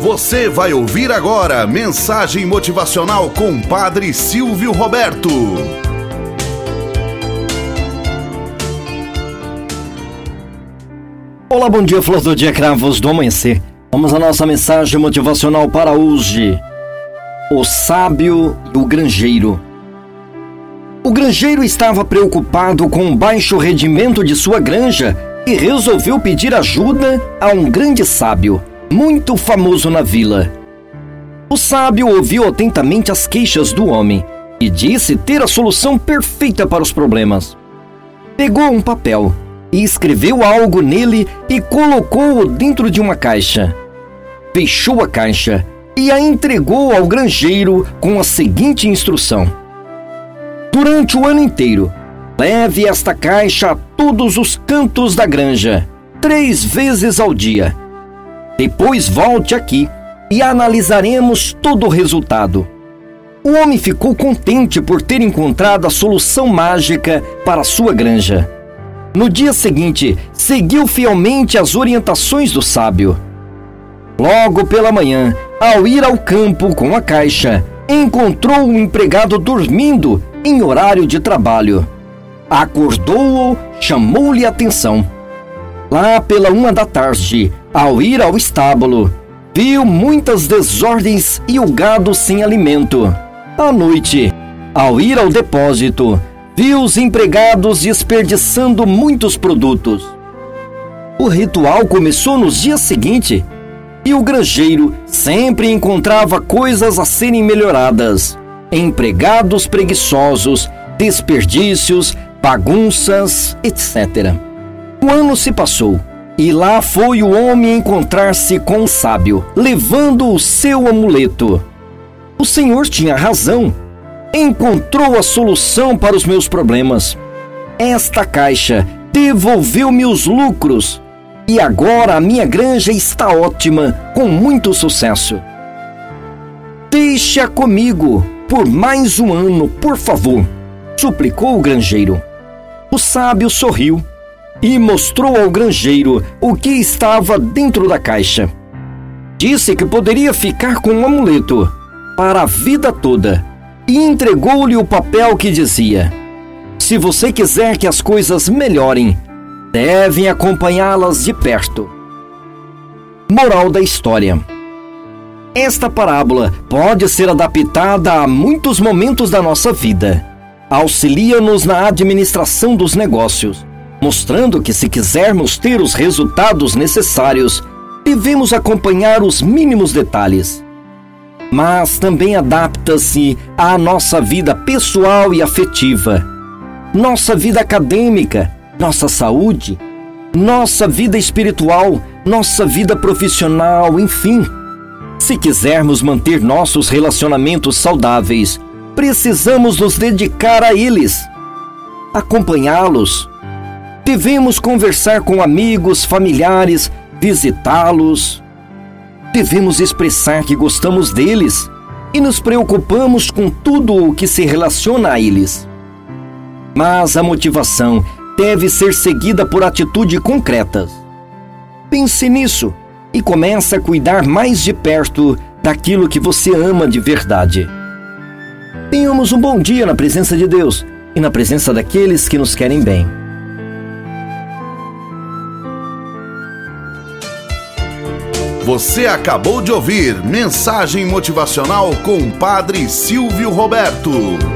Você vai ouvir agora mensagem motivacional com Padre Silvio Roberto. Olá, bom dia, flor do dia, cravos do amanhecer. Vamos à nossa mensagem motivacional para hoje. O sábio e o granjeiro. O granjeiro estava preocupado com o baixo rendimento de sua granja e resolveu pedir ajuda a um grande sábio, muito famoso na vila. O sábio ouviu atentamente as queixas do homem e disse ter a solução perfeita para os problemas. Pegou um papel e escreveu algo nele e colocou-o dentro de uma caixa. Fechou a caixa e a entregou ao granjeiro com a seguinte instrução: durante o ano inteiro, leve esta caixa a todos os cantos da granja, 3 vezes ao dia. Depois volte aqui e analisaremos todo o resultado. O homem ficou contente por ter encontrado a solução mágica para sua granja. No dia seguinte, seguiu fielmente as orientações do sábio. Logo pela manhã, ao ir ao campo com a caixa, encontrou um empregado dormindo em horário de trabalho. Acordou-o, chamou-lhe a atenção. Lá pela 1 da tarde, ao ir ao estábulo, viu muitas desordens e o gado sem alimento. À noite, ao ir ao depósito, viu os empregados desperdiçando muitos produtos. O ritual começou nos dias seguintes e o granjeiro sempre encontrava coisas a serem melhoradas: empregados preguiçosos, desperdícios, bagunças, etc. O ano se passou e lá foi o homem encontrar-se com o sábio, levando o seu amuleto. O senhor tinha razão. Encontrou a solução para os meus problemas. Esta caixa devolveu-me os lucros e agora a minha granja está ótima, com muito sucesso. Deixa comigo por mais um ano, por favor, suplicou o granjeiro. O sábio sorriu e mostrou ao granjeiro o que estava dentro da caixa. Disse que poderia ficar com o amuleto para a vida toda e entregou-lhe o papel que dizia: se você quiser que as coisas melhorem, devem acompanhá-las de perto. Moral da história: esta parábola pode ser adaptada a muitos momentos da nossa vida. Auxilia-nos na administração dos negócios, mostrando que se quisermos ter os resultados necessários, devemos acompanhar os mínimos detalhes. Mas também adapta-se à nossa vida pessoal e afetiva, nossa vida acadêmica, nossa saúde, nossa vida espiritual, nossa vida profissional, enfim. Se quisermos manter nossos relacionamentos saudáveis, precisamos nos dedicar a eles, acompanhá-los. Devemos conversar com amigos, familiares, visitá-los. Devemos expressar que gostamos deles e nos preocupamos com tudo o que se relaciona a eles. Mas a motivação deve ser seguida por atitudes concretas. Pense nisso e comece a cuidar mais de perto daquilo que você ama de verdade. Tenhamos um bom dia na presença de Deus e na presença daqueles que nos querem bem. Você acabou de ouvir mensagem motivacional com Padre Silvio Roberto.